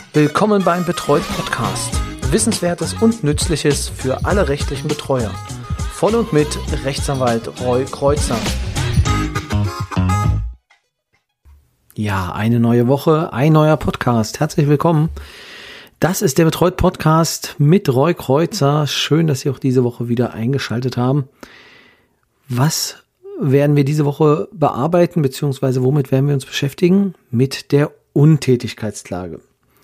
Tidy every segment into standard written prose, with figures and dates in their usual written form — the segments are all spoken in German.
Willkommen beim Betreut Podcast. Wissenswertes und Nützliches für alle rechtlichen Betreuer. Von und mit Rechtsanwalt Roy Kreuzer. Ja, eine neue Woche, ein neuer Podcast. Herzlich willkommen. Das ist der Betreut Podcast mit Roy Kreuzer. Schön, dass Sie auch diese Woche wieder eingeschaltet haben. Was werden wir diese Woche bearbeiten, beziehungsweise womit werden wir uns beschäftigen? Mit der Untätigkeitsklage.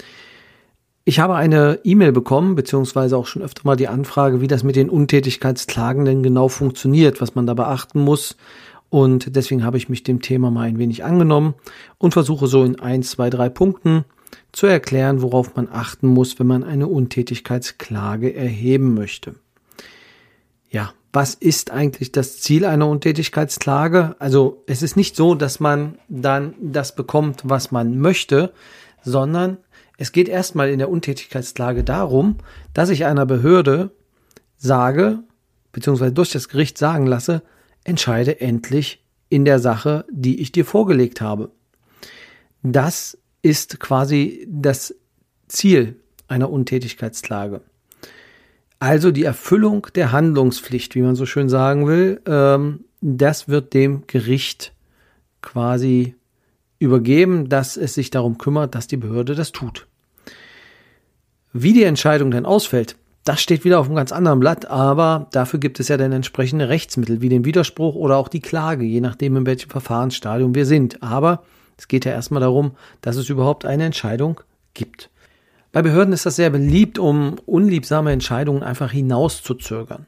Ich habe eine E-Mail bekommen, beziehungsweise auch schon öfter mal die Anfrage, wie das mit den Untätigkeitsklagen denn genau funktioniert, was man da beachten muss. Und deswegen habe ich mich dem Thema mal ein wenig angenommen und versuche so in 1, 2, 3 Punkten zu erklären, worauf man achten muss, wenn man eine Untätigkeitsklage erheben möchte. Ja, was ist eigentlich das Ziel einer Untätigkeitsklage? Also es ist nicht so, dass man dann das bekommt, was man möchte, sondern es geht erstmal in der Untätigkeitsklage darum, dass ich einer Behörde sage, beziehungsweise durch das Gericht sagen lasse, entscheide endlich in der Sache, die ich dir vorgelegt habe. Das ist quasi das Ziel einer Untätigkeitsklage. Also die Erfüllung der Handlungspflicht, wie man so schön sagen will, das wird dem Gericht quasi übergeben, dass es sich darum kümmert, dass die Behörde das tut. Wie die Entscheidung dann ausfällt, das steht wieder auf einem ganz anderen Blatt, aber dafür gibt es ja dann entsprechende Rechtsmittel, wie den Widerspruch oder auch die Klage, je nachdem, in welchem Verfahrensstadium wir sind. Aber es geht ja erstmal darum, dass es überhaupt eine Entscheidung gibt. Bei Behörden ist das sehr beliebt, um unliebsame Entscheidungen einfach hinauszuzögern.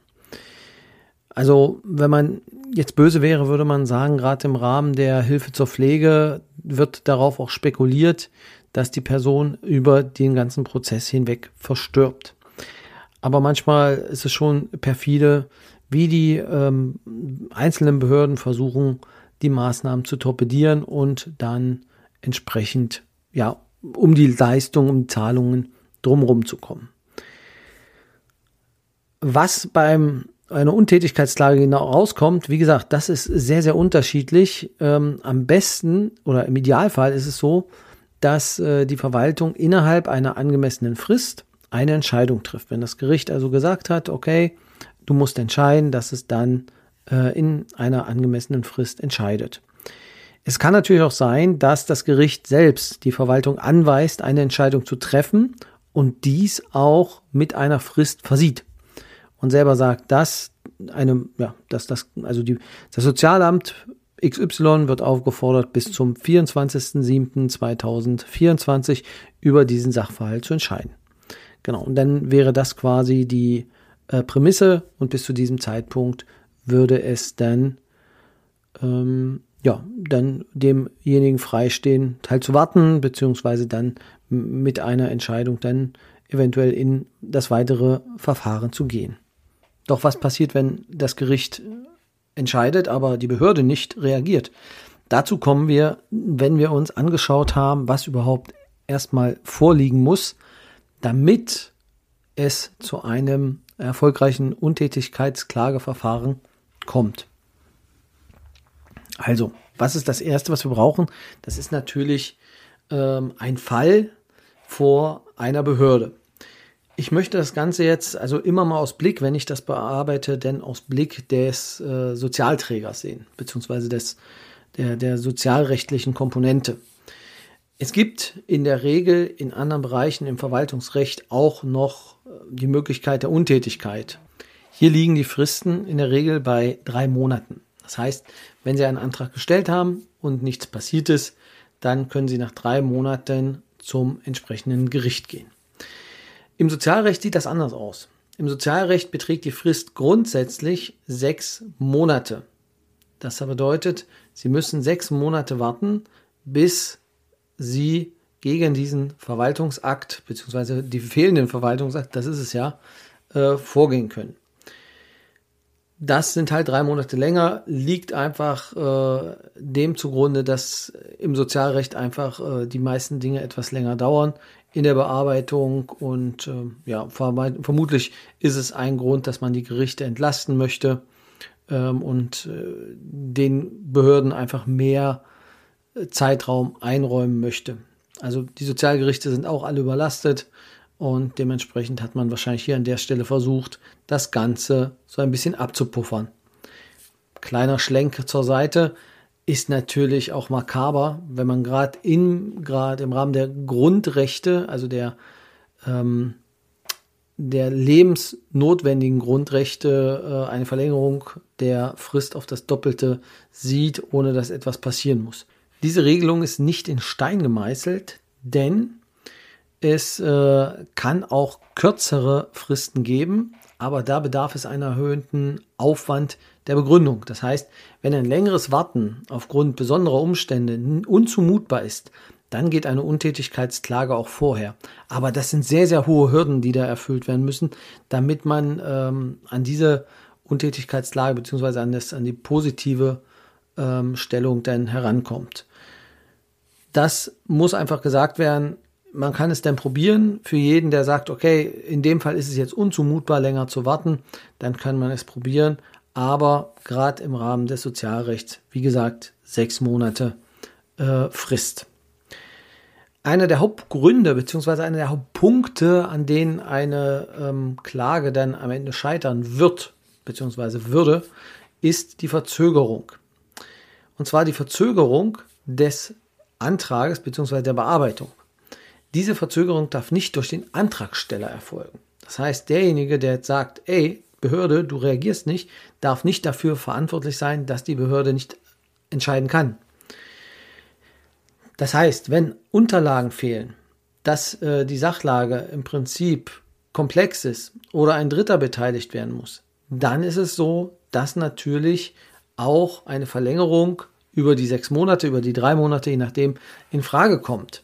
Also wenn man jetzt böse wäre, würde man sagen, gerade im Rahmen der Hilfe zur Pflege wird darauf auch spekuliert, dass die Person über den ganzen Prozess hinweg verstirbt. Aber manchmal ist es schon perfide, wie die einzelnen Behörden versuchen, die Maßnahmen zu torpedieren und dann entsprechend um die Leistung, um die Zahlungen drumherum zu kommen. Was beim einer Untätigkeitsklage genau rauskommt, wie gesagt, das ist sehr, sehr unterschiedlich. Am besten oder im Idealfall ist es so, dass die Verwaltung innerhalb einer angemessenen Frist eine Entscheidung trifft. Wenn das Gericht also gesagt hat, okay, du musst entscheiden, dass es dann in einer angemessenen Frist entscheidet. Es kann natürlich auch sein, dass das Gericht selbst die Verwaltung anweist, eine Entscheidung zu treffen und dies auch mit einer Frist versieht. Und selber sagt, das Sozialamt XY wird aufgefordert, bis zum 24.07.2024 über diesen Sachverhalt zu entscheiden. Genau, und dann wäre das quasi die Prämisse und bis zu diesem Zeitpunkt würde es dann demjenigen freistehen, halt zu warten, beziehungsweise dann mit einer Entscheidung dann eventuell in das weitere Verfahren zu gehen. Doch was passiert, wenn das Gericht entscheidet, aber die Behörde nicht reagiert? Dazu kommen wir, wenn wir uns angeschaut haben, was überhaupt erstmal vorliegen muss, damit es zu einem erfolgreichen Untätigkeitsklageverfahren kommt. Also, was ist das Erste, was wir brauchen? Das ist natürlich ein Fall vor einer Behörde. Ich möchte das Ganze jetzt also immer mal aus Blick, wenn ich das bearbeite, denn aus Blick des Sozialträgers sehen, beziehungsweise der sozialrechtlichen Komponente. Es gibt in der Regel in anderen Bereichen im Verwaltungsrecht auch noch die Möglichkeit der Untätigkeit. Hier liegen die Fristen in der Regel bei 3 Monaten. Das heißt, wenn Sie einen Antrag gestellt haben und nichts passiert ist, dann können Sie nach 3 Monaten zum entsprechenden Gericht gehen. Im Sozialrecht sieht das anders aus. Im Sozialrecht beträgt die Frist grundsätzlich 6 Monate. Das bedeutet, Sie müssen 6 Monate warten, bis Sie gegen diesen Verwaltungsakt, beziehungsweise die fehlenden Verwaltungsakt, das ist es ja, vorgehen können. Das sind halt 3 Monate länger, liegt einfach dem zugrunde, dass im Sozialrecht einfach die meisten Dinge etwas länger dauern in der Bearbeitung und vermutlich ist es ein Grund, dass man die Gerichte entlasten möchte und den Behörden einfach mehr Zeitraum einräumen möchte. Also die Sozialgerichte sind auch alle überlastet und dementsprechend hat man wahrscheinlich hier an der Stelle versucht, das Ganze so ein bisschen abzupuffern. Kleiner Schlenk zur Seite, ist natürlich auch makaber, wenn man gerade im Rahmen der Grundrechte, also der lebensnotwendigen Grundrechte, eine Verlängerung der Frist auf das Doppelte sieht, ohne dass etwas passieren muss. Diese Regelung ist nicht in Stein gemeißelt, denn es kann auch kürzere Fristen geben, aber da bedarf es einen erhöhten Aufwand der Begründung. Das heißt, wenn ein längeres Warten aufgrund besonderer Umstände unzumutbar ist, dann geht eine Untätigkeitsklage auch vorher. Aber das sind sehr, sehr hohe Hürden, die da erfüllt werden müssen, damit man an diese Untätigkeitsklage bzw. an die positive Stellung dann herankommt. Das muss einfach gesagt werden. Man kann es dann probieren. Für jeden, der sagt, okay, in dem Fall ist es jetzt unzumutbar, länger zu warten, dann kann man es probieren. Aber gerade im Rahmen des Sozialrechts, wie gesagt, 6 Monate Frist. Einer der Hauptgründe bzw. einer der Hauptpunkte, an denen eine Klage dann am Ende scheitern wird bzw. würde, ist die Verzögerung. Und zwar die Verzögerung des Antrages bzw. der Bearbeitung. Diese Verzögerung darf nicht durch den Antragsteller erfolgen. Das heißt, derjenige, der jetzt sagt, ey, Behörde, du reagierst nicht, darf nicht dafür verantwortlich sein, dass die Behörde nicht entscheiden kann. Das heißt, wenn Unterlagen fehlen, dass die Sachlage im Prinzip komplex ist oder ein Dritter beteiligt werden muss, dann ist es so, dass natürlich auch eine Verlängerung über die 6 Monate, über die 3 Monate, je nachdem, in Frage kommt.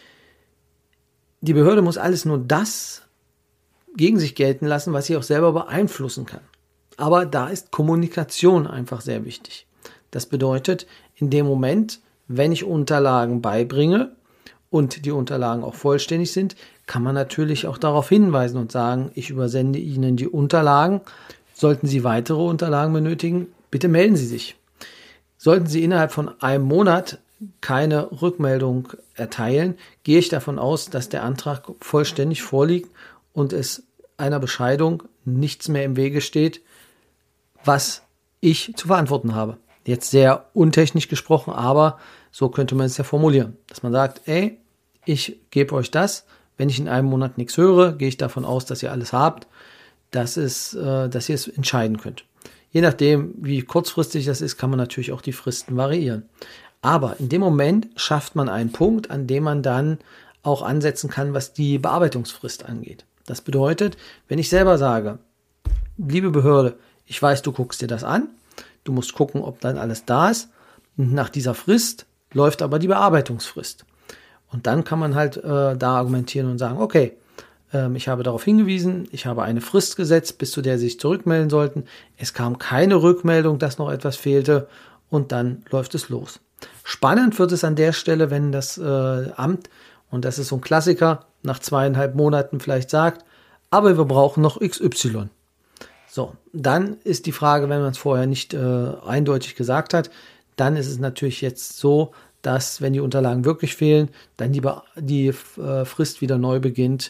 Die Behörde muss alles nur das gegen sich gelten lassen, was sie auch selber beeinflussen kann. Aber da ist Kommunikation einfach sehr wichtig. Das bedeutet, in dem Moment, wenn ich Unterlagen beibringe und die Unterlagen auch vollständig sind, kann man natürlich auch darauf hinweisen und sagen, ich übersende Ihnen die Unterlagen. Sollten Sie weitere Unterlagen benötigen, bitte melden Sie sich. Sollten Sie innerhalb von einem Monat keine Rückmeldung erteilen, gehe ich davon aus, dass der Antrag vollständig vorliegt und es einer Bescheidung nichts mehr im Wege steht, was ich zu verantworten habe. Jetzt sehr untechnisch gesprochen, aber so könnte man es ja formulieren, dass man sagt, ey, ich gebe euch das, wenn ich in einem Monat nichts höre, gehe ich davon aus, dass ihr alles habt, dass ihr es entscheiden könnt. Je nachdem, wie kurzfristig das ist, kann man natürlich auch die Fristen variieren. Aber in dem Moment schafft man einen Punkt, an dem man dann auch ansetzen kann, was die Bearbeitungsfrist angeht. Das bedeutet, wenn ich selber sage, liebe Behörde, ich weiß, du guckst dir das an, du musst gucken, ob dann alles da ist. Nach dieser Frist läuft aber die Bearbeitungsfrist. Und dann kann man halt da argumentieren und sagen, okay, ich habe darauf hingewiesen, ich habe eine Frist gesetzt, bis zu der sie sich zurückmelden sollten. Es kam keine Rückmeldung, dass noch etwas fehlte und dann läuft es los. Spannend wird es an der Stelle, wenn das Amt, und das ist so ein Klassiker, nach 2,5 Monaten vielleicht sagt, aber wir brauchen noch XY. So, dann ist die Frage, wenn man es vorher nicht eindeutig gesagt hat, dann ist es natürlich jetzt so, dass, wenn die Unterlagen wirklich fehlen, dann die Frist wieder neu beginnt,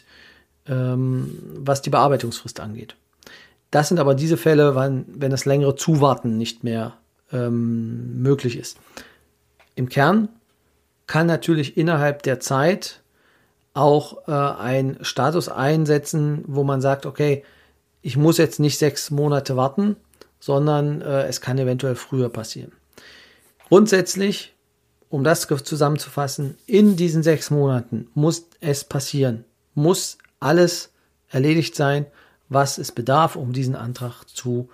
was die Bearbeitungsfrist angeht. Das sind aber diese Fälle, wenn das längere Zuwarten nicht mehr möglich ist. Im Kern kann natürlich innerhalb der Zeit auch ein Status einsetzen, wo man sagt, okay, ich muss jetzt nicht 6 Monate warten, sondern es kann eventuell früher passieren. Grundsätzlich, um das zusammenzufassen, in diesen 6 Monaten muss es passieren, muss alles erledigt sein, was es bedarf, um diesen Antrag zu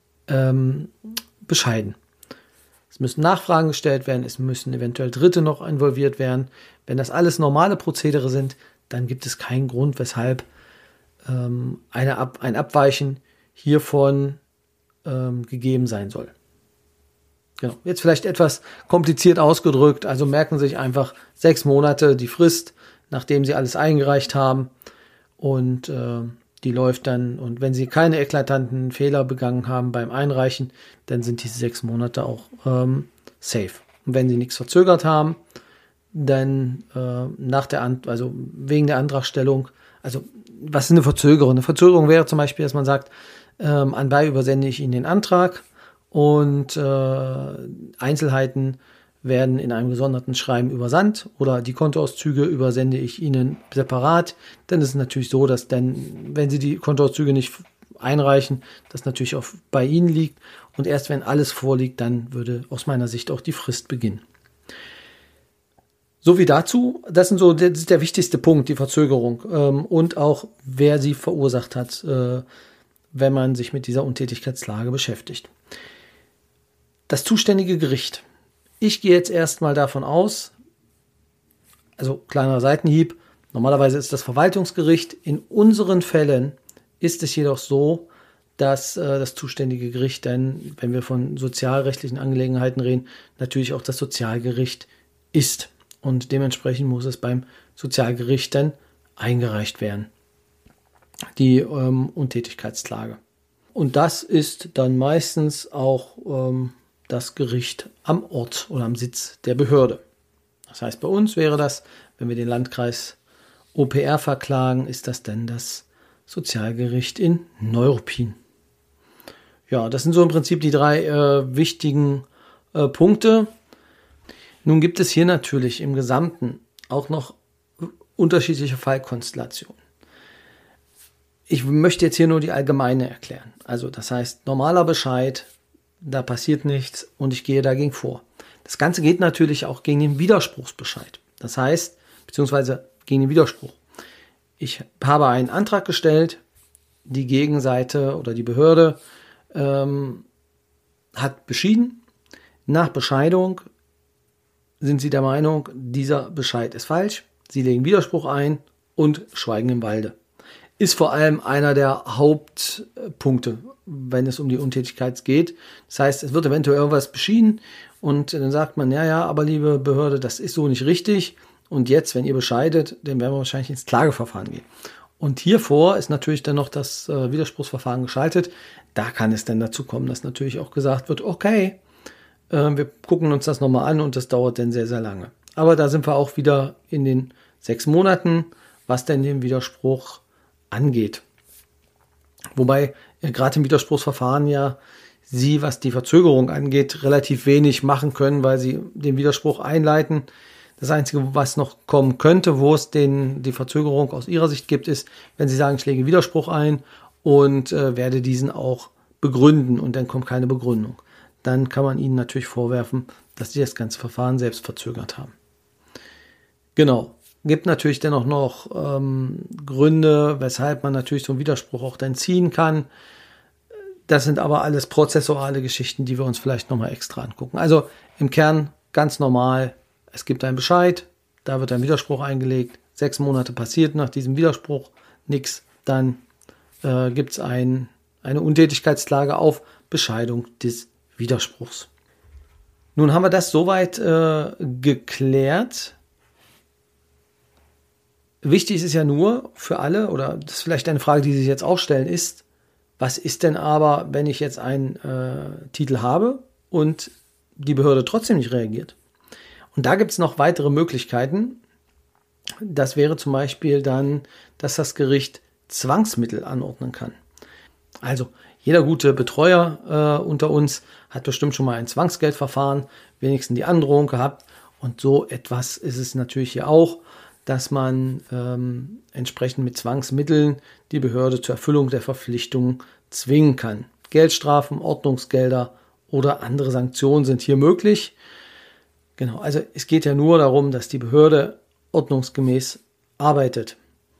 bescheiden. Es müssen Nachfragen gestellt werden, es müssen eventuell Dritte noch involviert werden. Wenn das alles normale Prozedere sind, dann gibt es keinen Grund, weshalb ein Abweichen hiervon gegeben sein soll. Genau. Jetzt vielleicht etwas kompliziert ausgedrückt, also merken Sie sich einfach 6 Monate die Frist, nachdem Sie alles eingereicht haben und die läuft dann, und wenn Sie keine eklatanten Fehler begangen haben beim Einreichen, dann sind diese 6 Monate auch safe. Und wenn Sie nichts verzögert haben, dann also wegen der Antragstellung, also was ist eine Verzögerung? Eine Verzögerung wäre zum Beispiel, dass man sagt, anbei übersende ich Ihnen den Antrag und Einzelheiten werden in einem gesonderten Schreiben übersandt oder die Kontoauszüge übersende ich Ihnen separat. Dann ist es natürlich so, dass dann, wenn Sie die Kontoauszüge nicht einreichen, das natürlich auch bei Ihnen liegt und erst wenn alles vorliegt, dann würde aus meiner Sicht auch die Frist beginnen. So wie dazu, das ist der wichtigste Punkt, die Verzögerung und auch wer sie verursacht hat, wenn man sich mit dieser Untätigkeitslage beschäftigt. Das zuständige Gericht. Ich gehe jetzt erstmal davon aus, also kleiner Seitenhieb, normalerweise ist das Verwaltungsgericht. In unseren Fällen ist es jedoch so, dass das zuständige Gericht dann, wenn wir von sozialrechtlichen Angelegenheiten reden, natürlich auch das Sozialgericht ist. Und dementsprechend muss es beim Sozialgericht dann eingereicht werden, die Untätigkeitsklage. Und das ist dann meistens auch das Gericht am Ort oder am Sitz der Behörde. Das heißt, bei uns wäre das, wenn wir den Landkreis OPR verklagen, ist das dann das Sozialgericht in Neuruppin. Ja, das sind so im Prinzip die drei wichtigen Punkte. Nun gibt es hier natürlich im Gesamten auch noch unterschiedliche Fallkonstellationen. Ich möchte jetzt hier nur die allgemeine erklären. Also das heißt, normaler Bescheid, da passiert nichts und ich gehe dagegen vor. Das Ganze geht natürlich auch gegen den Widerspruchsbescheid. Das heißt, beziehungsweise gegen den Widerspruch. Ich habe einen Antrag gestellt, die Gegenseite oder die Behörde hat beschieden. Nach Bescheidung sind sie der Meinung, dieser Bescheid ist falsch. Sie legen Widerspruch ein und schweigen im Walde. Ist vor allem einer der Hauptpunkte, wenn es um die Untätigkeit geht. Das heißt, es wird eventuell irgendwas beschieden und dann sagt man, ja, aber liebe Behörde, das ist so nicht richtig. Und jetzt, wenn ihr bescheidet, dann werden wir wahrscheinlich ins Klageverfahren gehen. Und hiervor ist natürlich dann noch das Widerspruchsverfahren geschaltet. Da kann es dann dazu kommen, dass natürlich auch gesagt wird, okay, wir gucken uns das nochmal an und das dauert dann sehr, sehr lange. Aber da sind wir auch wieder in den 6 Monaten, was denn den Widerspruch angeht. Wobei gerade im Widerspruchsverfahren ja Sie, was die Verzögerung angeht, relativ wenig machen können, weil Sie den Widerspruch einleiten. Das Einzige, was noch kommen könnte, wo es die Verzögerung aus Ihrer Sicht gibt, ist, wenn Sie sagen, ich lege Widerspruch ein und werde diesen auch begründen und dann kommt keine Begründung. Dann kann man Ihnen natürlich vorwerfen, dass Sie das ganze Verfahren selbst verzögert haben. Genau. Gibt natürlich dennoch noch Gründe, weshalb man natürlich so einen Widerspruch auch dann ziehen kann. Das sind aber alles prozessuale Geschichten, die wir uns vielleicht nochmal extra angucken. Also im Kern ganz normal, es gibt einen Bescheid, da wird ein Widerspruch eingelegt, 6 Monate passiert nach diesem Widerspruch nichts, dann gibt es eine Untätigkeitsklage auf Bescheidung des Widerspruchs. Nun haben wir das soweit geklärt. Wichtig ist ja nur für alle, oder das ist vielleicht eine Frage, die Sie sich jetzt auch stellen, ist, was ist denn aber, wenn ich jetzt einen Titel habe und die Behörde trotzdem nicht reagiert? Und da gibt es noch weitere Möglichkeiten. Das wäre zum Beispiel dann, dass das Gericht Zwangsmittel anordnen kann. Also jeder gute Betreuer unter uns hat bestimmt schon mal ein Zwangsgeldverfahren, wenigstens die Androhung gehabt. Und so etwas ist es natürlich hier auch, dass man entsprechend mit Zwangsmitteln die Behörde zur Erfüllung der Verpflichtungen zwingen kann. Geldstrafen, Ordnungsgelder oder andere Sanktionen sind hier möglich. Genau, also es geht ja nur darum, dass die Behörde ordnungsgemäß arbeitet.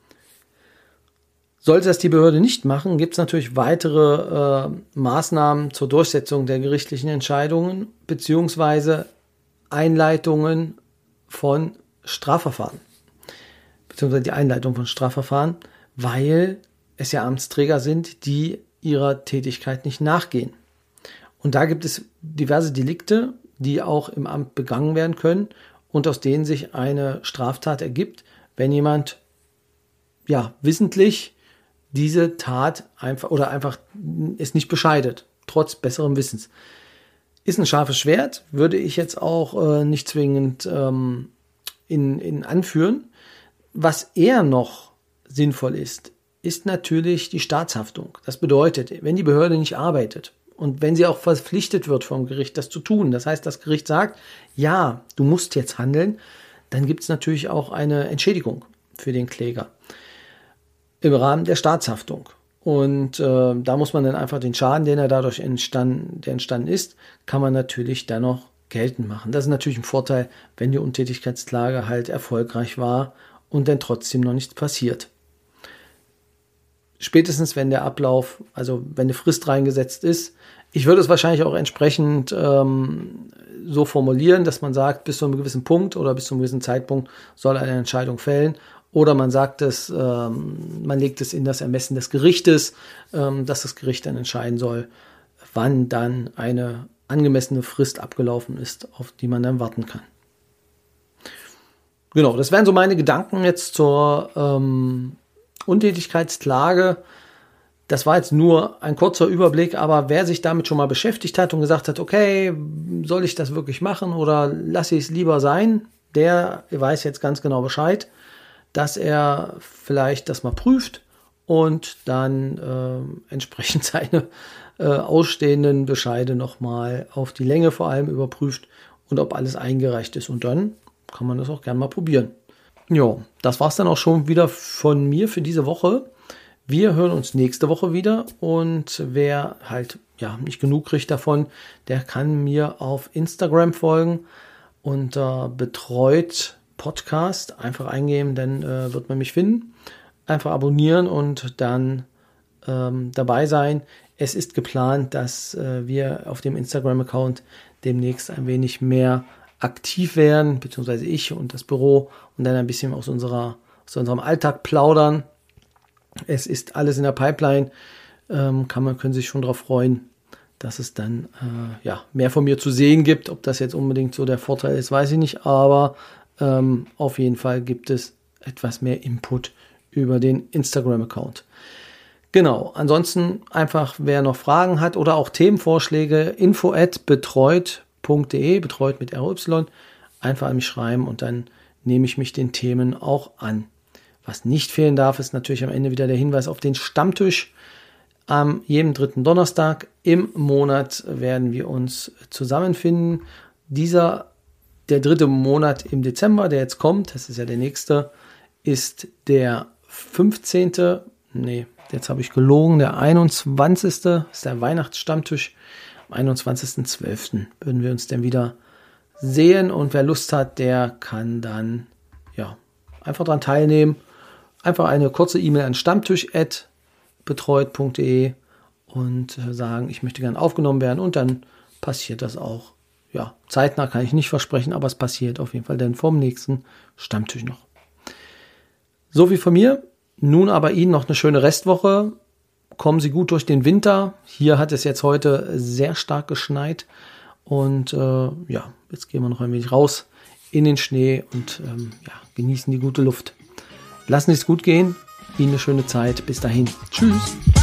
Sollte das die Behörde nicht machen, gibt es natürlich weitere Maßnahmen zur Durchsetzung der gerichtlichen Entscheidungen beziehungsweise Einleitungen von Strafverfahren. Beziehungsweise die Einleitung von Strafverfahren, weil es ja Amtsträger sind, die ihrer Tätigkeit nicht nachgehen. Und da gibt es diverse Delikte, die auch im Amt begangen werden können und aus denen sich eine Straftat ergibt, wenn jemand wissentlich diese Tat einfach es nicht bescheidet, trotz besserem Wissens. Ist ein scharfes Schwert, würde ich jetzt auch nicht zwingend anführen. Was eher noch sinnvoll ist natürlich die Staatshaftung. Das bedeutet, wenn die Behörde nicht arbeitet und wenn sie auch verpflichtet wird vom Gericht, das zu tun, das heißt, das Gericht sagt, ja, du musst jetzt handeln, dann gibt es natürlich auch eine Entschädigung für den Kläger im Rahmen der Staatshaftung. Und da muss man dann einfach den Schaden, der entstanden ist, kann man natürlich dann noch geltend machen. Das ist natürlich ein Vorteil, wenn die Untätigkeitsklage halt erfolgreich war und dann trotzdem noch nichts passiert. Spätestens, wenn der Ablauf, also wenn eine Frist reingesetzt ist, ich würde es wahrscheinlich auch entsprechend so formulieren, dass man sagt, bis zu einem gewissen Punkt oder bis zu einem gewissen Zeitpunkt soll eine Entscheidung fällen. Oder man sagt es, man legt es in das Ermessen des Gerichtes, dass das Gericht dann entscheiden soll, wann dann eine angemessene Frist abgelaufen ist, auf die man dann warten kann. Genau, das wären so meine Gedanken jetzt zur Untätigkeitsklage. Das war jetzt nur ein kurzer Überblick, aber wer sich damit schon mal beschäftigt hat und gesagt hat, okay, soll ich das wirklich machen oder lasse ich es lieber sein, der weiß jetzt ganz genau Bescheid, dass er vielleicht das mal prüft und dann entsprechend seine ausstehenden Bescheide nochmal auf die Länge vor allem überprüft und ob alles eingereicht ist. Und dann kann man das auch gerne mal probieren. Ja, das war's dann auch schon wieder von mir für diese Woche. Wir hören uns nächste Woche wieder und wer halt nicht genug kriegt davon, der kann mir auf Instagram folgen unter betreut Podcast. Einfach eingeben, dann wird man mich finden. Einfach abonnieren und dann dabei sein. Es ist geplant, dass wir auf dem Instagram-Account demnächst ein wenig mehr aktiv werden, beziehungsweise ich und das Büro und dann ein bisschen aus unserem Alltag plaudern. Es ist alles in der Pipeline. Können sich schon darauf freuen, dass es dann mehr von mir zu sehen gibt. Ob das jetzt unbedingt so der Vorteil ist, weiß ich nicht. Aber auf jeden Fall gibt es etwas mehr Input über den Instagram-Account. Genau, ansonsten einfach, wer noch Fragen hat oder auch Themenvorschläge, info@betreut.de, betreut mit RY, einfach an mich schreiben und dann nehme ich mich den Themen auch an. Was nicht fehlen darf, ist natürlich am Ende wieder der Hinweis auf den Stammtisch. Am jedem 3. Donnerstag im Monat werden wir uns zusammenfinden. Der 3. Monat im Dezember, der jetzt kommt, das ist ja der nächste, ist der 15. Jetzt habe ich gelogen, der 21. ist der Weihnachtsstammtisch. Am 21.12. würden wir uns dann wieder sehen und wer Lust hat, der kann dann einfach daran teilnehmen. Einfach eine kurze E-Mail an stammtisch@betreut.de und sagen, ich möchte gerne aufgenommen werden und dann passiert das auch. Ja, zeitnah kann ich nicht versprechen, aber es passiert auf jeden Fall dann vom nächsten Stammtisch noch. So viel von mir. Nun aber Ihnen noch eine schöne Restwoche. Kommen Sie gut durch den Winter. Hier hat es jetzt heute sehr stark geschneit. Und jetzt gehen wir noch ein wenig raus in den Schnee und genießen die gute Luft. Lassen Sie es gut gehen. Ihnen eine schöne Zeit. Bis dahin. Tschüss.